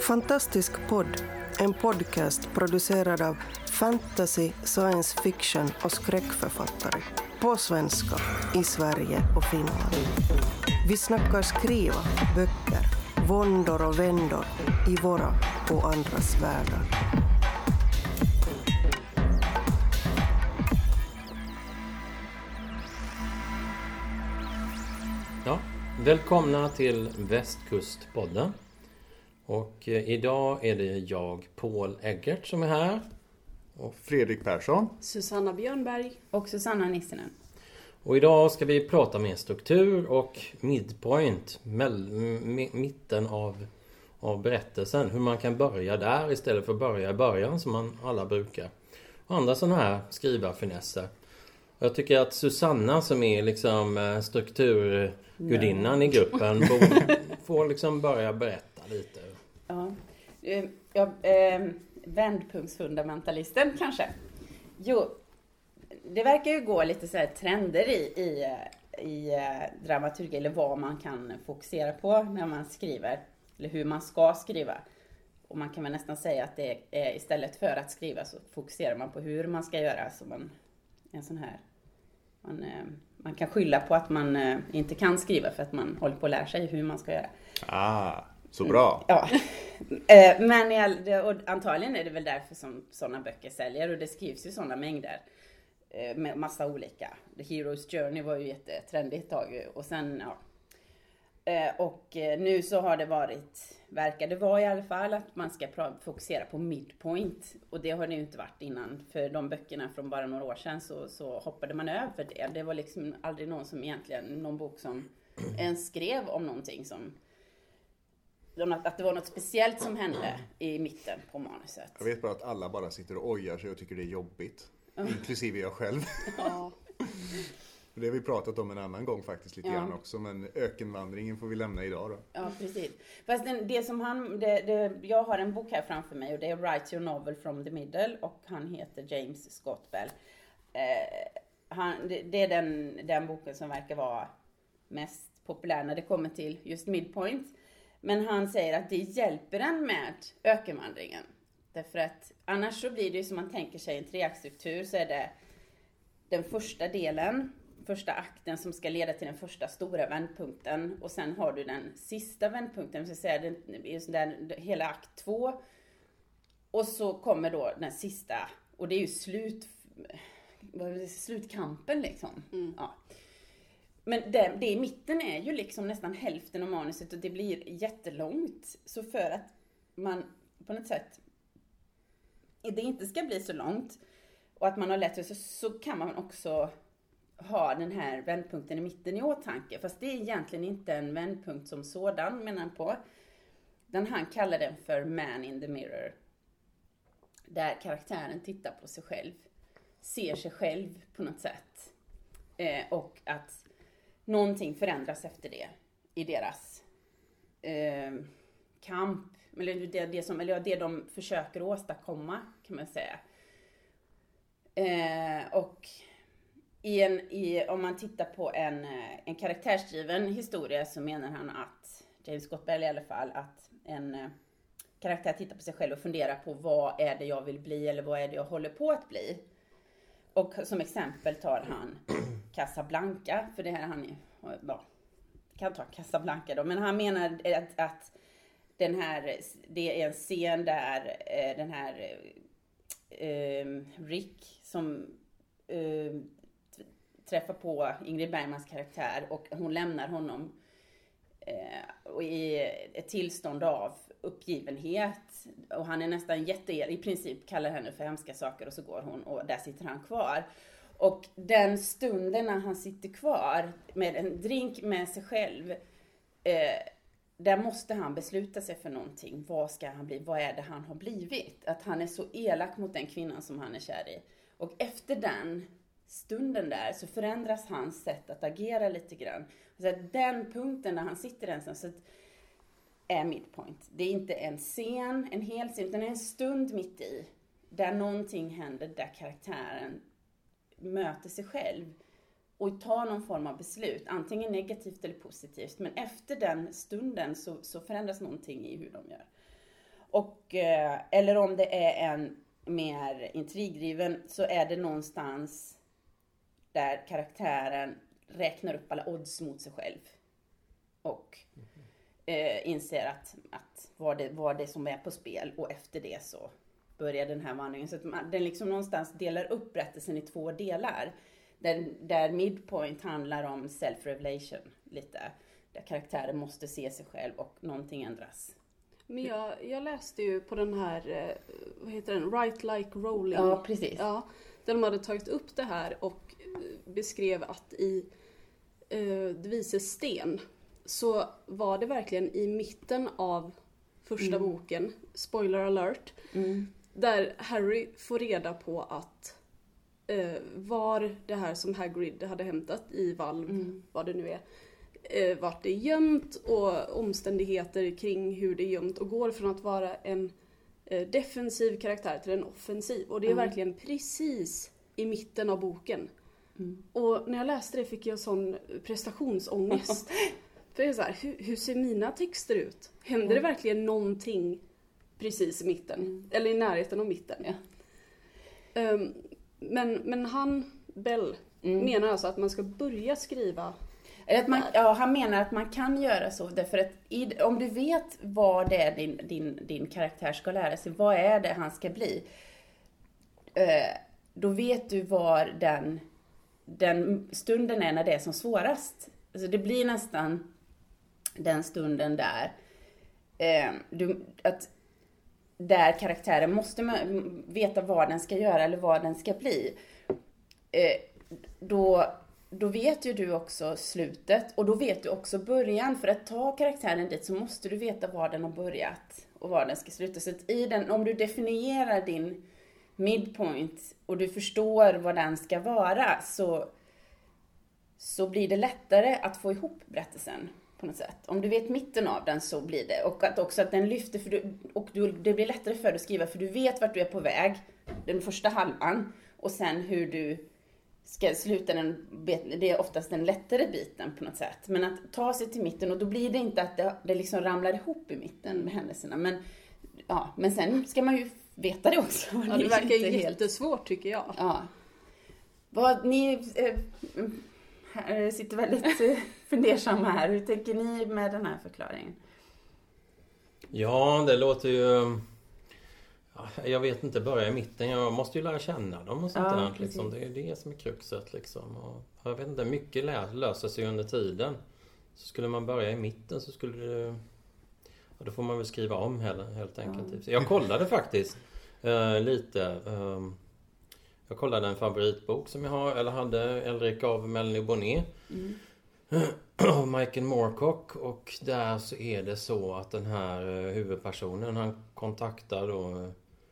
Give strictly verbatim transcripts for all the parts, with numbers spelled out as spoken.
Fantastisk podd, en podcast producerad av fantasy, science fiction och skräckförfattare. På svenska, i Sverige och Finland. Vi snackar skriva, böcker, våndor och vändor i våra och andras världar. Ja, välkomna till Västkustpodden. Och eh, idag är det jag, Paul Eggert, som är här. Och Fredrik Persson. Susanna Björnberg. Och Susanna Nissinen. Och idag ska vi prata med struktur och midpoint, mell- m- mitten av, av berättelsen. Hur man kan börja där istället för att börja i början som man alla brukar. Och andra sådana här skrivarfinesser. Jag tycker att Susanna, som är liksom strukturgudinnan i gruppen, borde få liksom börja berätta lite. Ja, ja eh, vändpunktsfundamentalisten kanske. Jo, det verkar ju gå lite så här trender i, i, i dramaturgi, eller vad man kan fokusera på när man skriver, eller hur man ska skriva. Och man kan väl nästan säga att det är, istället för att skriva så fokuserar man på hur man ska göra. Så man, en sån här, man, man kan skylla på att man inte kan skriva för att man håller på att lära sig hur man ska göra. Ah, så bra. Ja, men och antagligen är det väl därför som sådana böcker säljer, och det skrivs ju sådana mängder med massa olika. The Hero's Journey var ju jättetrendigt ett tag, och sen ja. Och nu så har det varit, verkar det vara i alla fall, att man ska fokusera på midpoint, och det har det ju inte varit innan. För de böckerna från bara några år sedan så, så hoppade man över det. Det var liksom aldrig någon som egentligen, någon bok som ens skrev om någonting som, att det var något speciellt som hände i mitten på manuset. Jag vet bara att alla bara sitter och ojar sig och tycker det är jobbigt. Inklusive jag själv. Ja. Det har vi pratat om en annan gång faktiskt lite Ja. grann också. Men ökenvandringen får vi lämna idag då. Ja, precis. Fast den, det som han, det, det, jag har en bok här framför mig, och det är Write Your Novel from the Middle, och han heter James Scott Bell. Eh, han, det, det är den, den boken som verkar vara mest populär när det kommer till just midpoint. Men han säger att det hjälper en med ökenvandringen. Därför att annars så blir det ju som man tänker sig en treaktstruktur, så är det den första delen, första akten som ska leda till den första stora vändpunkten, och sen har du den sista vändpunkten, så säga den, den, hela akt två, och så kommer då den sista, och det är ju slut, slutkampen liksom. Mm. Ja. Men det, det i mitten är ju liksom nästan hälften av manuset, och det blir jättelångt, så för att man på något sätt det inte ska bli så långt och att man har lätt så, så kan man också ha den här vändpunkten i mitten i åtanke. Fast det är egentligen inte en vändpunkt som sådan, menar han på. Den han kallar den för Man in the Mirror. Där karaktären tittar på sig själv. Ser sig själv på något sätt. Eh, och att någonting förändras efter det i deras eh, kamp. Eller det, det, som, eller det de försöker åstadkomma, kan man säga. Eh, och i en, i, om man tittar på en, en karaktärsdriven historia, så menar han att, James Scott Bell i alla fall, att en eh, karaktär tittar på sig själv och funderar på vad är det jag vill bli, eller vad är det jag håller på att bli. Och som exempel tar han Casablanca, för det här han ja, kan ta Casablanca då, men han menar att, att den här, det är en scen där eh, den här eh, Rick som eh, träffar på Ingrid Bergmans karaktär, och hon lämnar honom eh, och i ett tillstånd av uppgivenhet, och han är nästan jätte, i princip kallar henne för hemska saker, och så går hon, och där sitter han kvar. Och den stunden när han sitter kvar med en drink med sig själv, eh, där måste han besluta sig för någonting. Vad ska han bli? Vad är det han har blivit? Att han är så elak mot den kvinnan som han är kär i. Och efter den stunden där så förändras hans sätt att agera lite grann. Så att den punkten när han sitter ensam så är midpoint. Det är inte en scen, en hel scen, utan en stund mitt i. Där någonting händer, där karaktären möter sig själv. Och ta någon form av beslut, antingen negativt eller positivt. Men efter den stunden så, så förändras någonting i hur de gör. Och, eh, eller om det är en mer intrigdriven, så är det någonstans där karaktären räknar upp alla odds mot sig själv. Och eh, inser att, att vad, det, vad det som är på spel. Och efter det så börjar den här vandringen. Så att man, den liksom någonstans delar upp berättelsen i två delar. Där, där midpoint handlar om self-revelation lite. Där karaktären måste se sig själv och någonting ändras. Men jag, jag läste ju på den här, vad heter den, Write Like Rowling. Ja, precis. Ja, där de hade tagit upp det här och beskrev att i uh, Det vises sten så var det verkligen i mitten av första mm. boken, spoiler alert, mm. där Harry får reda på att uh, var det här som Hagrid hade hämtat i valv, mm. vad det nu är, uh, vart det är gömt och omständigheter kring hur det är gömt, och går från att vara en uh, defensiv karaktär till en offensiv. Och det är mm. verkligen precis i mitten av boken. Mm. Och när jag läste det fick jag sån prestationsångest. För det är så här, hur, hur ser mina texter ut? Händer mm. det verkligen någonting precis i mitten? Mm. Eller i närheten av mitten? Ja. Um, men, men han, Bell, mm. menar alltså att man ska börja skriva. Att man, ja, han menar att man kan göra så. Därför att i, om du vet vad det är din, din, din karaktär ska lära sig. Vad är det han ska bli? Uh, då vet du var den... den stunden är när det är som svårast. Alltså det blir nästan den stunden där eh, du, att där karaktären måste veta vad den ska göra eller vad den ska bli. Eh, då, då vet ju du också slutet, och då vet du också början. För att ta karaktären dit så måste du veta var den har börjat och var den ska sluta. Så att i den, om du definierar din midpoint och du förstår vad den ska vara, så, så blir det lättare att få ihop berättelsen på något sätt. Om du vet mitten av den så blir det. Och att också att den lyfter, för du, och du, det blir lättare för dig att skriva, för du vet vart du är på väg, den första halvan, och sen hur du ska sluta den, det är oftast den lättare biten på något sätt. Men att ta sig till mitten, och då blir det inte att det, det liksom ramlar ihop i mitten med händelserna. Men, ja, men sen ska man ju veta det också. Ja, det verkar ju jättesvårt helt... tycker jag. Ja. Vad, ni äh, sitter väldigt äh, fundersamma här. Hur tänker ni med den här förklaringen? Ja, det låter ju... Jag vet inte, börja i mitten. Jag måste ju lära känna dem och sånt ja, där. Liksom. Det är det som är kruxet. Liksom. Och jag vet inte, mycket löser sig under tiden. Så skulle man börja i mitten så skulle det... Ja, då får man väl skriva om helt enkelt. Ja. Jag kollade faktiskt uh, lite. Um, jag kollade en favoritbok som jag har, eller hade, Elric av Melanie Bonnet. Mm. Av Michael Moorcock. Och där så är det så att den här uh, huvudpersonen, han kontaktar då uh,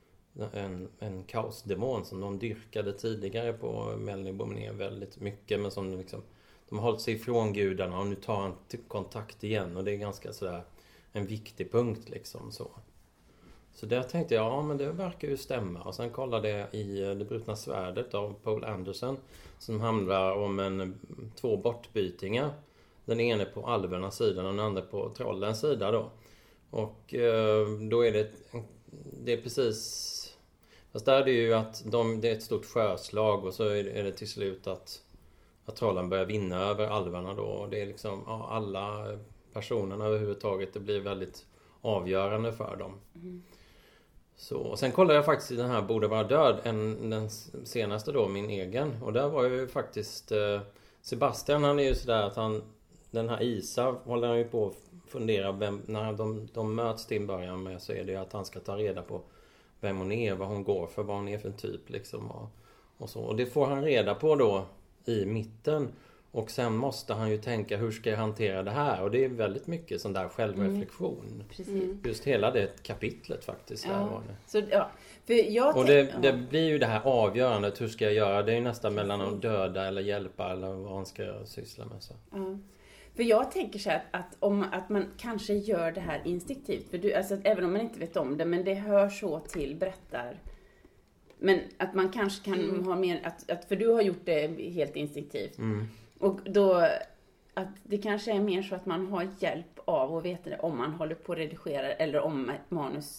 en, en kaosdemon som de dyrkade tidigare på Melanie Bonnet väldigt mycket. Men som liksom, de har hållit sig ifrån gudarna och nu tar han till kontakt igen. Och det är ganska sådär en viktig punkt liksom så. Så där tänkte jag, ja men det verkar ju stämma. Och sen kollade jag i Det brutna svärdet av Paul Anderson, som handlar om en, två bortbytingar. Den ena på alvernas sida och den andra på trollens sida då. Och eh, då är det det är precis, fast där är det ju att de, det är ett stort sjöslag, och så är det, är det till slut att, att trollen börjar vinna över alverna då. Och det är liksom, ja, alla personerna överhuvudtaget, det blir väldigt avgörande för dem. Mm. Så, och sen kollade jag faktiskt i den här Borde vara död, en, den senaste då, min egen. Och där var ju faktiskt eh, Sebastian, han är ju sådär att han, den här Isa håller han ju på att fundera, vem, när de, de möts till början med, så är det att han ska ta reda på vem hon är, vad hon går för, vad hon är för typ liksom. Och, och så. Och det får han reda på då i mitten. Och sen måste han ju tänka, hur ska jag hantera det här? Och det är väldigt mycket sån där självreflektion. Mm. Just hela det kapitlet faktiskt. Ja. Där var det. Så, ja. För jag och det, tänk- det blir ju det här avgörandet, hur ska jag göra? Det är ju nästan mellan att döda eller hjälpa, eller vad han ska syssla med. Så. Ja. För jag tänker så här att, om, att man kanske gör det här instinktivt. För du, alltså, även om man inte vet om det, men det hör så till berättar. Men att man kanske kan mm. ha mer, att, att, för du har gjort det helt instinktivt. Mm. Och då, att det kanske är mer så att man har hjälp av att veta det om man håller på att redigera, eller om ett manus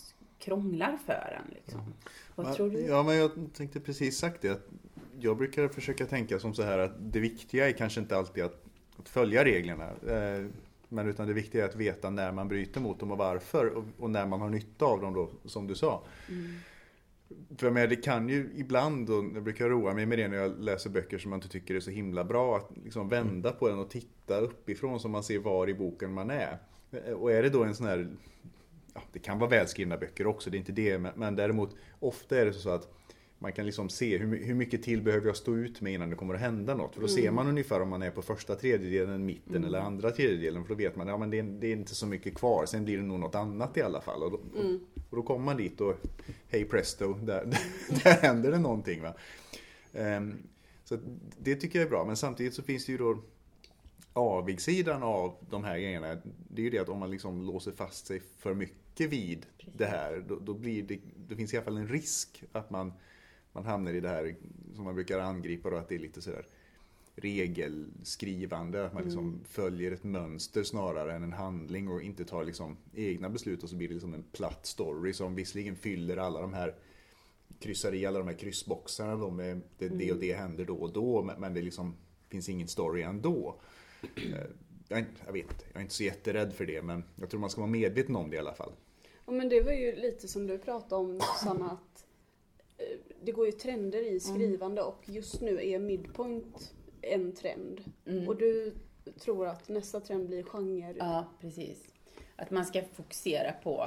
krånglar för en. Liksom. Mm. Vad ja, tror du? Ja, men jag tänkte precis sagt det. Att jag brukar försöka tänka som så här att det viktiga är kanske inte alltid att, att följa reglerna. Eh, men utan det viktiga är att veta när man bryter mot dem och varför. Och, och när man har nytta av dem då, som du sa. Mm. För men det kan ju ibland, och jag brukar roa mig med det när jag läser böcker som man inte tycker är så himla bra, att liksom vända mm. på den och titta uppifrån så man ser var i boken man är. Och är det då en sån här, ja, det kan vara välskrivna böcker också, det är inte det, men, men däremot ofta är det så att man kan liksom se hur, hur mycket till behöver jag stå ut med innan det kommer att hända något. För då mm. ser man ungefär om man är på första tredjedelen, mitten mm. eller andra tredjedelen. För då vet man, ja men det är, det är inte så mycket kvar. Sen blir det nog något annat i alla fall. Och då, mm. och då kommer man dit och hej presto, där, där händer det någonting. Va? Um, så det tycker jag är bra. Men samtidigt så finns det ju då avigsidan av de här grejerna. Det är ju det att om man liksom låser fast sig för mycket vid Precis. det här. Då, då, blir det, det finns i alla fall en risk att man Man hamnar i det här som man brukar angripa då, att det är lite sådär regelskrivande. Att man liksom mm. följer ett mönster snarare än en handling och inte tar liksom egna beslut. Och så blir det liksom en platt story som visserligen fyller alla de här, kryssar i alla de här kryssboxarna. Då med det, mm. det och det händer då och då. Men det liksom finns ingen story ändå. Jag, är, jag vet inte, jag är inte så jätterädd för det. Men jag tror man ska vara medveten om det i alla fall. Ja, men det var ju lite som du pratade om, Sanna, att det går ju trender i skrivande mm. och just nu är midpoint en trend. Mm. Och du tror att nästa trend blir genre. Ja, precis. Att man ska fokusera på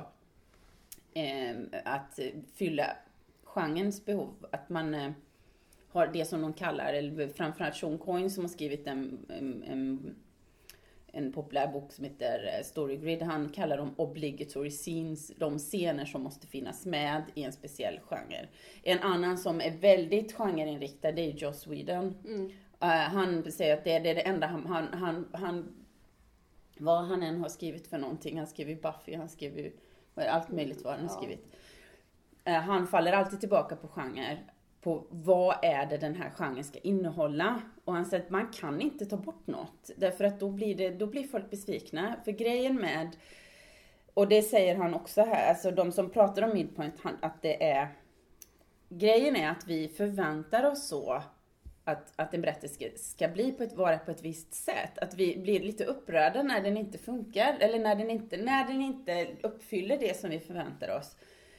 eh, att fylla genrens behov. Att man eh, har det som de kallar, eller framförallt Sean Coyne som har skrivit en, en, en, en populär bok som heter Story Grid. Han kallar dem obligatory scenes, de scener som måste finnas med i en speciell genre. En annan som är väldigt genreinriktad, det är Joss Whedon. Mm. Uh, han säger att det är det, är det enda han, han, han, han, vad han än har skrivit för någonting. Han skriver Buffy, han skriver allt möjligt vad han har skrivit. Uh, han faller alltid tillbaka på genre. På vad är det den här genren ska innehålla. Och han säger att man kan inte ta bort något. Därför att då blir, det, då blir folk besvikna. För grejen med, och det säger han också här, alltså de som pratar om midpoint, att det är, grejen är att vi förväntar oss så att, att en berättelse ska, ska bli på ett, vara på ett visst sätt. Att vi blir lite upprörda när den inte funkar. Eller när den inte, när den inte uppfyller det som vi förväntar oss.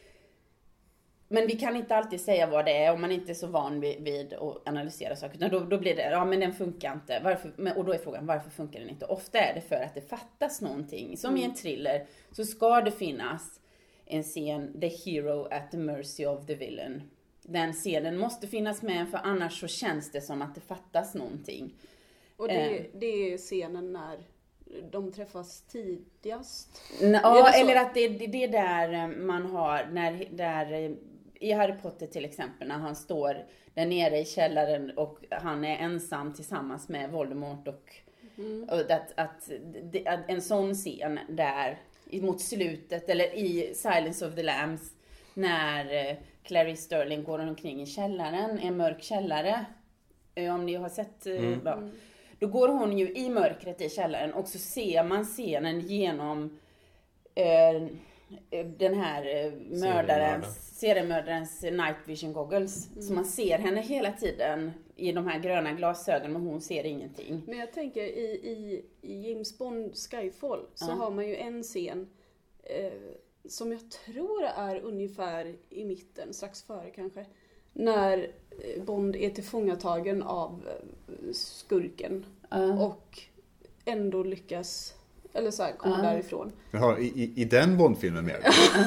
Men vi kan inte alltid säga vad det är om man inte är så van vid, vid att analysera saker. Då, då blir det, ja men den funkar inte. Varför, och då är frågan, varför funkar den inte? Ofta är det för att det fattas någonting. Som mm. i en thriller så ska det finnas en scen, the hero at the mercy of the villain. Den scenen måste finnas med, för annars så känns det som att det fattas någonting. Och det, eh. det är scenen när de träffas tidigast? Ja, eller att det, det, det är där man har, när, där i Harry Potter till exempel, när han står där nere i källaren och han är ensam tillsammans med Voldemort och, mm. och att, att, att en sån scen där mot slutet, eller i Silence of the Lambs, när Clarice Sterling går omkring i källaren, en mörk källare, om ni har sett mm. ja. Då går hon ju i mörkret i källaren och så ser man scenen genom eh, den här mördarens, seriemördarens night vision goggles. Mm. Så man ser henne hela tiden i de här gröna glasögonen, men hon ser ingenting. Men jag tänker i, i, i James Bond Skyfall så uh. har man ju en scen eh, som jag tror är ungefär i mitten, strax före kanske. När Bond är tillfångatagen av skurken uh. och ändå lyckas, eller så här, komma uh. därifrån. Jaha, i, i den Bondfilmen mer?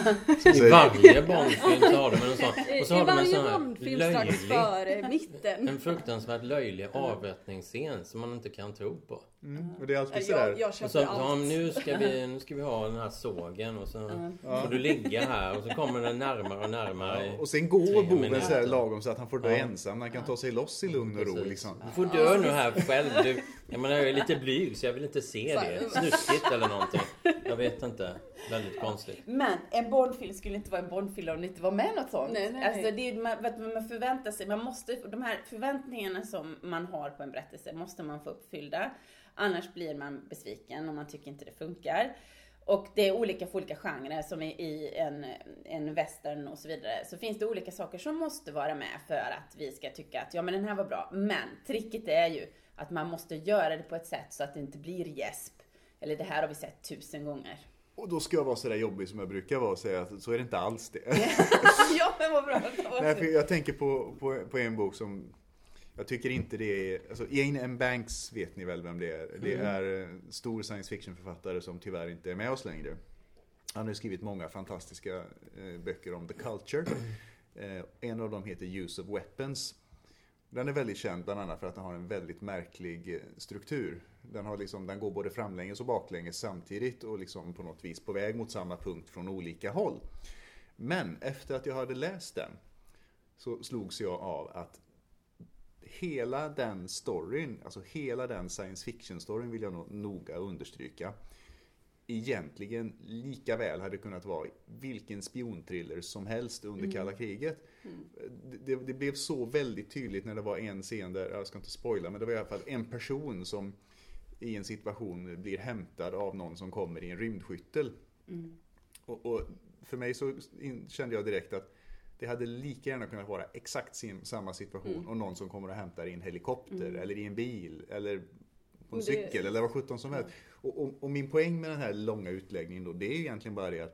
I varje Bondfilm så har de en sån. Och så I har de en varje sån Bondfilm strax före mitten. En fruktansvärt löjlig avrättningsscen som man inte kan tro på. Mm. Och det är alltid sådär. Jag, jag och så, så nu, ska vi, nu ska vi ha den här sågen och så mm. får du ligga här och så kommer den närmare och närmare. Ja, och sen går boven så här lagom så att han får dö ja. ensam. Han kan ta sig loss i lugn och ro. Liksom. Du får dö nu här själv. Du, jag menar, jag är lite blyg så jag vill inte se det. Snuskigt eller någonting. Jag vet inte. Väldigt konstigt. Men en Bondfilm skulle inte vara en Bondfilm om det inte var med något sånt. Nej, nej. Alltså det är man, man förväntar sig. Man måste, de här förväntningarna som man har på en berättelse måste man få uppfyllda. Annars blir man besviken om man tycker inte det funkar. Och det är olika för olika genrer som i, i en, en western och så vidare. Så finns det olika saker som måste vara med för att vi ska tycka att ja men den här var bra. Men tricket är ju att man måste göra det på ett sätt så att det inte blir gäsp. Eller det här har vi sett tusen gånger. Och då ska jag vara så där jobbig som jag brukar vara och säga att så är det inte alls det. Ja, men vad bra. Nej, för jag tänker på, på, på en bok som jag tycker inte det är... Alltså Iain M. Banks vet ni väl vem det är. Det Mm. är en stor science fiction-författare som tyvärr inte är med oss längre. Han har skrivit många fantastiska eh, böcker om the culture. Eh, en av dem heter Use of Weapons. Den är väldigt känd bland annat för att den har en väldigt märklig eh, struktur. Den, har liksom, den går både framlänges och baklänges samtidigt och liksom på något vis på väg mot samma punkt från olika håll. Men efter att jag hade läst den så slogs jag av att hela den storyn, alltså hela den science fiction-storyn vill jag nog noga understryka, egentligen lika väl hade kunnat vara vilken spionthriller som helst under mm. kalla kriget. Mm. Det, det blev så väldigt tydligt när det var en scen där, jag ska inte spoila, men det var i alla fall en person som i en situation blir hämtad av någon som kommer i en rymdskyttel. Mm. Och, och för mig så in, kände jag direkt att det hade lika gärna kunnat vara exakt sim, samma situation mm. och någon som kommer och hämtar i en helikopter mm. eller i en bil eller på en det... cykel eller vad sjutton som helst. Ja. Och, och, och min poäng med den här långa utläggningen då, det är egentligen bara det att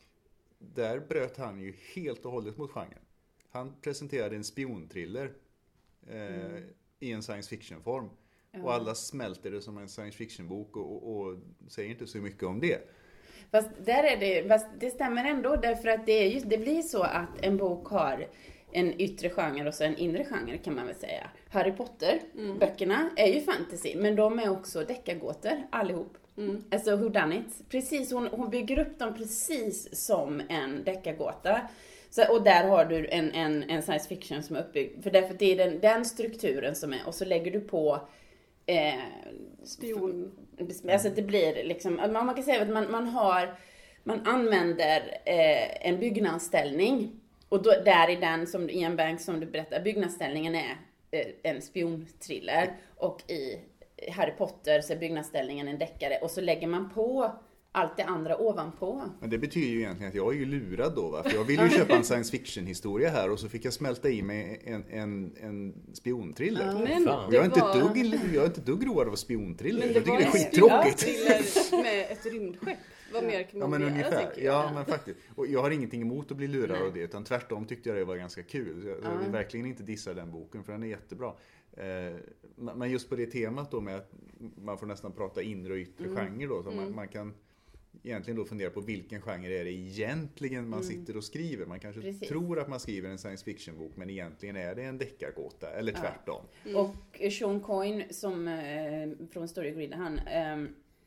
där bröt han ju helt och hållet mot genren. Han presenterade en spionthriller eh, mm. i en science fiction-form. Ja. Och alla smälter det som en science fiction-bok och, och, och säger inte så mycket om det. Fast, där är det, fast det stämmer ändå därför att det, är just, det blir så att en bok har en yttre genre och så en inre genre kan man väl säga. Harry Potter, mm. böckerna är ju fantasy men de är också deckargåtor allihop. Mm. Alltså who done it? Precis, hon, hon bygger upp dem precis som en deckargåta. Så, och där har du en, en, en science fiction som är uppbyggd. För därför det är den, den strukturen som är. Och så lägger du på eh, spion. Alltså det blir liksom, man kan säga att man, man har, man använder eh, en byggnadsställning. Och då, där i den, som i en bank som du berättar, byggnadsställningen är eh, en spionthriller. Och i Harry Potter så är byggnadsställningen en deckare. Och så lägger man på allt det andra ovanpå. Men det betyder ju egentligen att jag är ju lurad då, va? För jag ville ju köpa en science fiction historia här och så fick jag smälta i mig en, en, en spionthriller. Ja, men jag, är inte var... dugg, jag är inte dugg road av spionthriller. Jag tycker det är skittråkigt. Med ett rymdskepp. Vad mer kan man ja, men begära, ungefär. Ja, men faktiskt. Och jag har ingenting emot att bli lurad Nej. av det, utan tvärtom tyckte jag det var ganska kul. Jag, jag vill uh. verkligen inte dissa den boken, för den är jättebra. Eh, men just på det temat då med att man får nästan prata inre och yttre mm. genre då, så mm. man, man kan egentligen då fundera på vilken genre är det egentligen man mm. sitter och skriver. Man kanske Precis. tror att man skriver en science fiction-bok, men egentligen är det en deckargåta, eller tvärtom. Ja. Mm. Och Sean Coyne som eh, från Storygrid, han eh,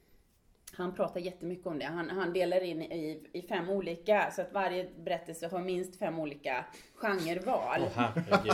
han pratar jättemycket om det. Han, han delar in i, i fem olika, så att varje berättelse har minst fem olika genreval. Åh, herregud.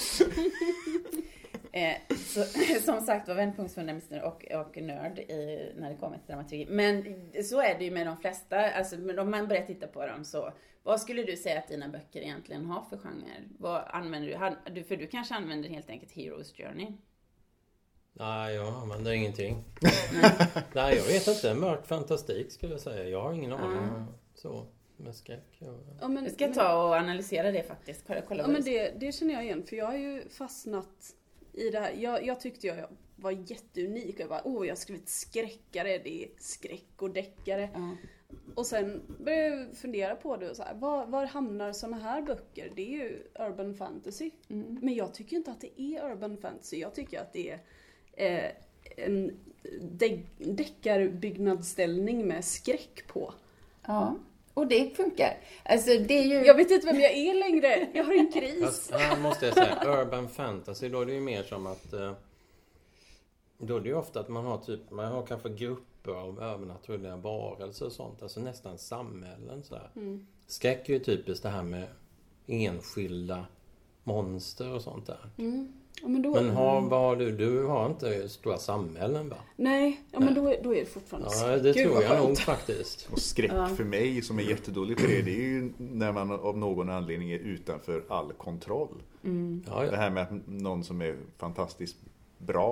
Eh, så, som sagt var vändpunktsfundamentalister och, och nörd i, när det kommer till dramaturgi. Men så är det ju med de flesta. Alltså, om man börjar titta på dem så. Vad skulle du säga att dina böcker egentligen har för genre? Vad använder du? Han, du för du kanske använder helt enkelt Hero's Journey. Nej, jag använder ingenting. Nej, jag vet inte. Mörk fantastik skulle jag säga. Jag har ingen aning. Mm. Så. Med skräck. Ja. Ja, men, jag ska men, ta och analysera det faktiskt. Kolla, kolla ja, men det, det känner jag igen. För jag har ju fastnat i det här. Jag, jag tyckte jag var jätteunik. Jag bara, åh, jag har skrivit skräckare. Det är skräck och deckare. Mm. Och sen började jag fundera på det. Och så här, var, var hamnar såna här böcker? Det är ju urban fantasy. Mm. Men jag tycker inte att det är urban fantasy. Jag tycker att det är eh, en de- deckarbyggnadsställning med skräck på. Ja. Och det funkar. Alltså det är ju... Jag vet inte vem jag är längre. Jag har en kris. Fast, här måste jag säga, urban fantasy, då är det ju mer som att eh, då är det ju ofta att man har typ, man har kanske grupper av övernaturliga varelser och sånt. Alltså nästan samhällen så här. Mm. Skräck är ju typiskt det här med enskilda monster och sånt där. Mm. Ja, men då, men har, vad har du? Du har inte stora samhällen, va? Nej, ja, men då är, då är det fortfarande skräck. Ja, det tror jag nog faktiskt. Och skräck ja. för mig som är jättedåligt på det, det är ju när man av någon anledning är utanför all kontroll. Mm. Ja, ja. Det här med att någon som är fantastiskt bra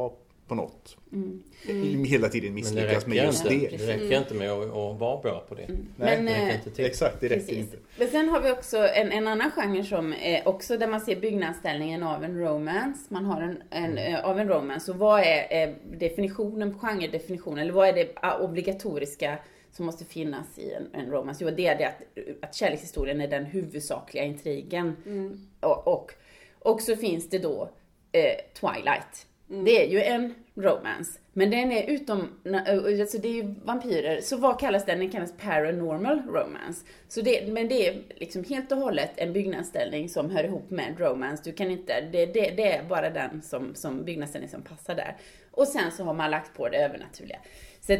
på något. Mm. Mm. Hela tiden misslyckas med just inte. det. Det räcker inte med att, att vara bra på det. Mm. Nej, Men, det räcker eh, inte till. Exakt, det räcker precis. inte. Men sen har vi också en, en annan genre som är också där man ser byggnadsställningen av en romance. Man har en, en mm. av en romance. Och vad är, är definitionen, genredefinitionen, eller vad är det obligatoriska som måste finnas i en, en romance? Jo, det är det att, att kärlekshistorien är den huvudsakliga intrigen. Mm. Och, och, och så finns det då eh, Twilight. Mm. Det är ju en romance. Men den är utom, alltså det är ju vampyrer. Så vad kallas den? Den kallas paranormal romance. Så det, men det är liksom helt och hållet en byggnadsställning som hör ihop med romance. Du kan inte, det, det, det är bara den som, som byggnadsställning som passar där. Och sen så har man lagt på det övernaturliga. Så,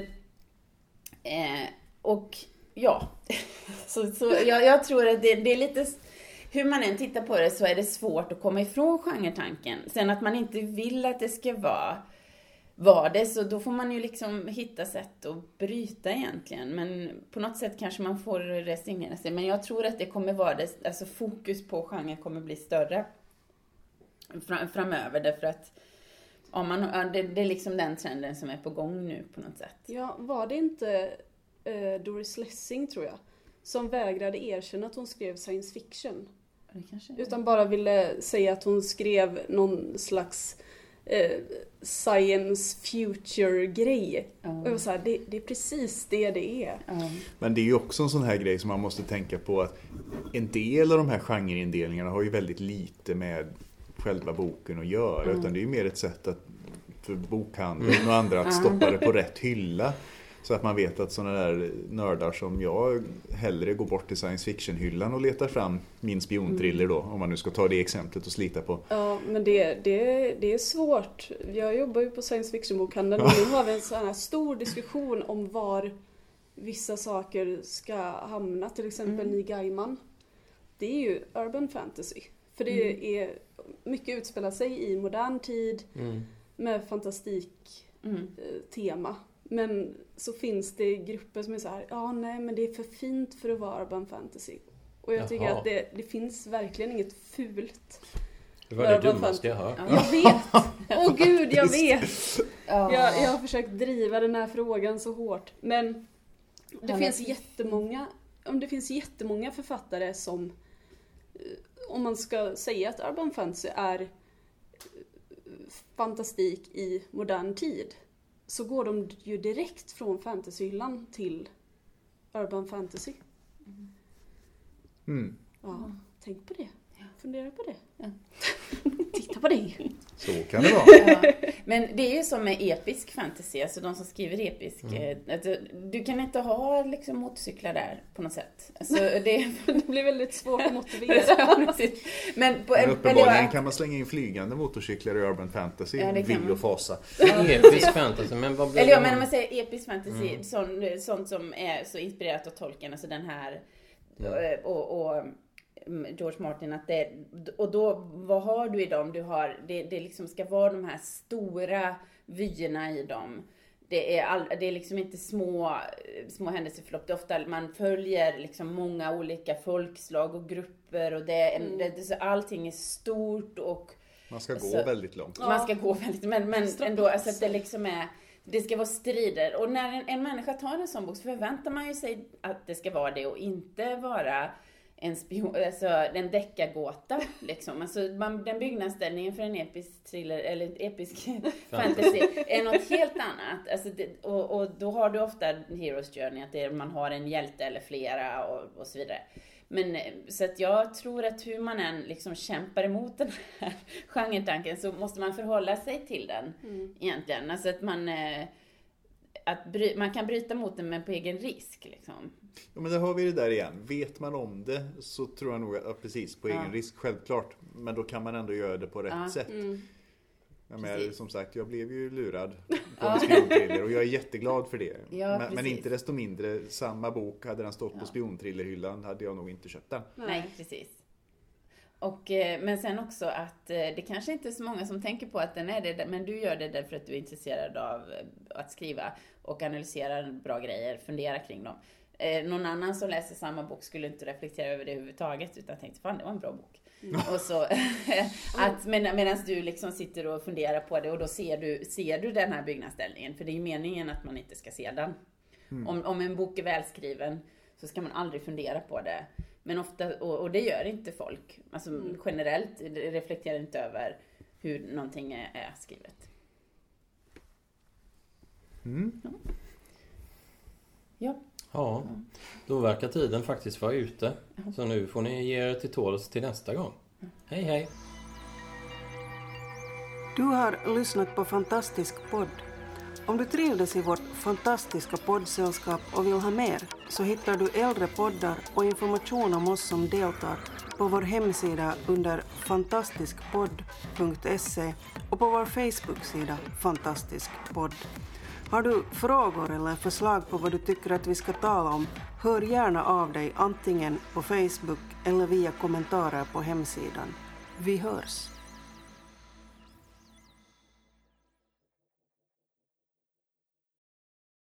eh, och ja, så, så jag, jag tror att det, det är lite... Hur man än tittar på det så är det svårt att komma ifrån genretanken. Sen att man inte vill att det ska vara, vara det, så då får man ju liksom hitta sätt att bryta egentligen. Men på något sätt kanske man får resignera sig. Men jag tror att det kommer vara det, alltså fokus på genren kommer bli större fram, framöver. Därför att ja, man, det, det är liksom den trenden som är på gång nu på något sätt. Ja, var det inte eh, Doris Lessing tror jag som vägrade erkänna att hon skrev science fiction? Utan bara ville säga att hon skrev någon slags eh, science future grej. Mm. Och jag var så här, det, det är precis det det är. Mm. Men det är ju också en sån här grej som man måste tänka på, att en del av de här genreindelningarna har ju väldigt lite med själva boken att göra. Mm. Utan det är ju mer ett sätt att, för bokhandeln och andra att stoppa det på rätt hylla. Så att man vet att sådana där nördar som jag hellre går bort till science fiction-hyllan och letar fram min spionthriller då. Om man nu ska ta det exemplet och slita på. Ja, men det, det, det är svårt. Jag jobbar ju på science fiction-bokhandeln och nu har vi en sån här stor diskussion om var vissa saker ska hamna. Till exempel mm. Neil Gaiman. Det är ju urban fantasy. För det mm. är mycket utspelar sig i modern tid mm. med fantastik mm. tema. Men så finns det grupper som är så här, ja nej men det är för fint för att vara urban fantasy. Och jag Jaha. tycker att det, det finns verkligen inget fult. Det var det dummaste jag hört. Jag vet! Åh oh, gud, jag vet! Jag, jag har försökt driva den här frågan så hårt. Men det finns jättemånga, om det finns jättemånga författare som, om man ska säga att urban fantasy är fantastik i modern tid, så går de ju direkt från fantasyhyllan till urban fantasy. Mm. Ja, tänk på det. Fundera på det. Ja. Titta på det. Så kan det vara. Ja. Men det är ju som med episk fantasy, alltså de som skriver episk. Mm. Alltså, du kan inte ha liksom motorcyklar där på något sätt. Alltså, det... det blir väldigt svårt att motivera. Men, på, Men uppenbarligen eller... kan man slänga in flygande motorcyklar i urban fantasy. Ja, vill och fasa. Episk fantasy, men vad blir eller ja, det? men om man säger episk fantasy, mm. sånt, sånt som är så inspirerat av Tolkien, alltså den här mm. och, och George Martin, att det, och då, vad har du i dem? Du har, det, det liksom ska vara de här stora vyerna i dem. Det är, all, det är liksom inte små, små händelseförlopp. Det är ofta man följer liksom många olika folkslag och grupper. Och det, mm. det, det, så allting är stort och... Man ska alltså, gå väldigt långt. Man ska ja. gå väldigt men, men ändå, alltså att det liksom är... Det ska vara strider. Och när en, en människa tar en sån bok så förväntar man ju sig att det ska vara det och inte vara... en spion, alltså en deckargåta liksom. Alltså man, den byggnadsställningen för en episk thriller eller episk fantasy är något helt annat. Alltså det, och, och då har du ofta Hero's Journey, att det är, man har en hjälte eller flera och, och så vidare. Men så att jag tror att hur man än liksom kämpar emot den här genretanken så måste man förhålla sig till den mm. egentligen. Alltså att man att bry, man kan bryta mot den men på egen risk liksom. Ja, men där har vi det där igen. Vet man om det så tror jag nog att ja, precis på ja. egen risk, självklart. Men då kan man ändå göra det på rätt ja. sätt. Mm. Ja, men, som sagt, jag blev ju lurad på en spionthriller och jag är jätteglad för det. Ja, men, men inte desto mindre, samma bok, hade den stått ja. på spiontthrillerhyllan hade jag nog inte köpt den. Nej, precis. Och, men sen också att det kanske inte är så många som tänker på att den är det, men du gör det därför att du är intresserad av att skriva och analysera bra grejer, fundera kring dem. Eh, någon annan som läser samma bok skulle inte reflektera över det överhuvudtaget, utan tänkte, fan det var en bra bok. Mm. Och så, att, med, medan du liksom sitter och funderar på det, och då ser du, ser du den här byggnadsställningen, för det är ju meningen att man inte ska se den. Mm. Om, om en bok är välskriven så ska man aldrig fundera på det. Men ofta, och, och det gör inte folk. Alltså mm. generellt reflekterar inte över hur någonting är, är skrivet. Mm. Ja. Ja. Ja, då verkar tiden faktiskt vara ute. Så nu får ni ge er till tåls till nästa gång. Hej hej! Du har lyssnat på Fantastisk podd. Om du trivdes i vårt fantastiska poddsällskap och vill ha mer, så hittar du äldre poddar och information om oss som deltar på vår hemsida under fantastiskpodd punkt se och på vår Facebook-sida Fantastisk podd. Har du frågor eller förslag på vad du tycker att vi ska tala om, hör gärna av dig antingen på Facebook eller via kommentarer på hemsidan. Vi hörs!